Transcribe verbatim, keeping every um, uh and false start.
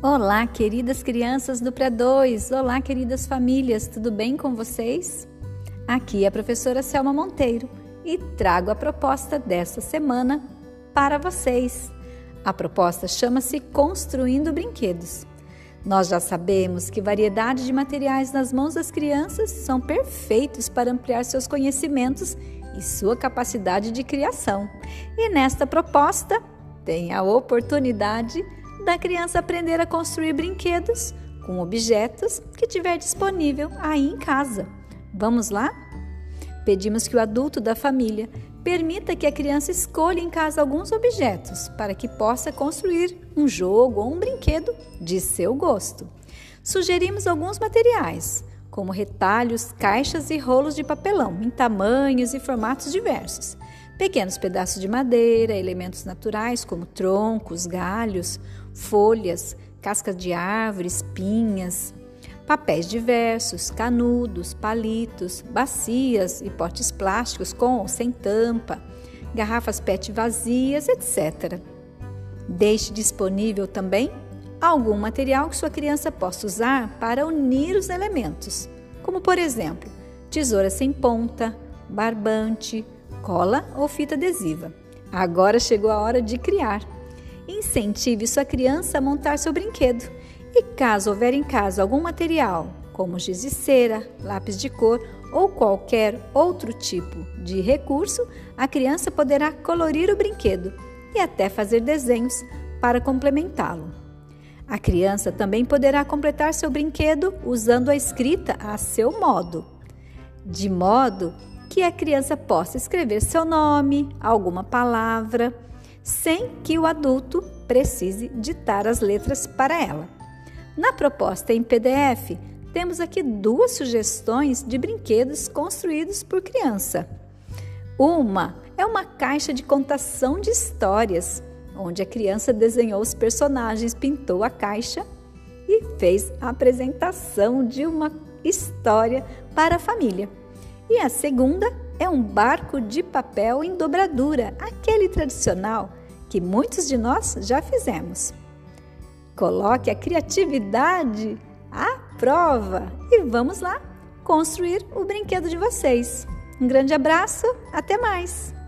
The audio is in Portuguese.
Olá, queridas crianças do pré dois, olá, queridas famílias, tudo bem com vocês? Aqui é a professora Selma Monteiro e trago a proposta desta semana para vocês. A proposta chama-se Construindo Brinquedos. Nós já sabemos que variedade de materiais nas mãos das crianças são perfeitos para ampliar seus conhecimentos e sua capacidade de criação. E nesta proposta tem a oportunidade da criança aprender a construir brinquedos com objetos que tiver disponível aí em casa. Vamos lá? Pedimos que o adulto da família permita que a criança escolha em casa alguns objetos para que possa construir um jogo ou um brinquedo de seu gosto. Sugerimos alguns materiais, como retalhos, caixas e rolos de papelão em tamanhos e formatos diversos. Pequenos pedaços de madeira, elementos naturais como troncos, galhos, folhas, cascas de árvores, pinhas, papéis diversos, canudos, palitos, bacias e potes plásticos com ou sem tampa, garrafas P E T vazias, etcétera. Deixe disponível também algum material que sua criança possa usar para unir os elementos, como por exemplo, tesoura sem ponta, barbante, cola ou fita adesiva. Agora chegou a hora de criar. Incentive sua criança a montar seu brinquedo e caso houver em casa algum material, como giz de cera, lápis de cor ou qualquer outro tipo de recurso, a criança poderá colorir o brinquedo e até fazer desenhos para complementá-lo. A criança também poderá completar seu brinquedo usando a escrita a seu modo, de modo que a criança possa escrever seu nome, alguma palavra, sem que o adulto precise ditar as letras para ela. Na proposta em P D F, temos aqui duas sugestões de brinquedos construídos por criança. Uma é uma caixa de contação de histórias, onde a criança desenhou os personagens, pintou a caixa e fez a apresentação de uma história para a família. E a segunda é um barco de papel em dobradura, aquele tradicional que muitos de nós já fizemos. Coloque a criatividade à prova e vamos lá construir o brinquedo de vocês. Um grande abraço, até mais!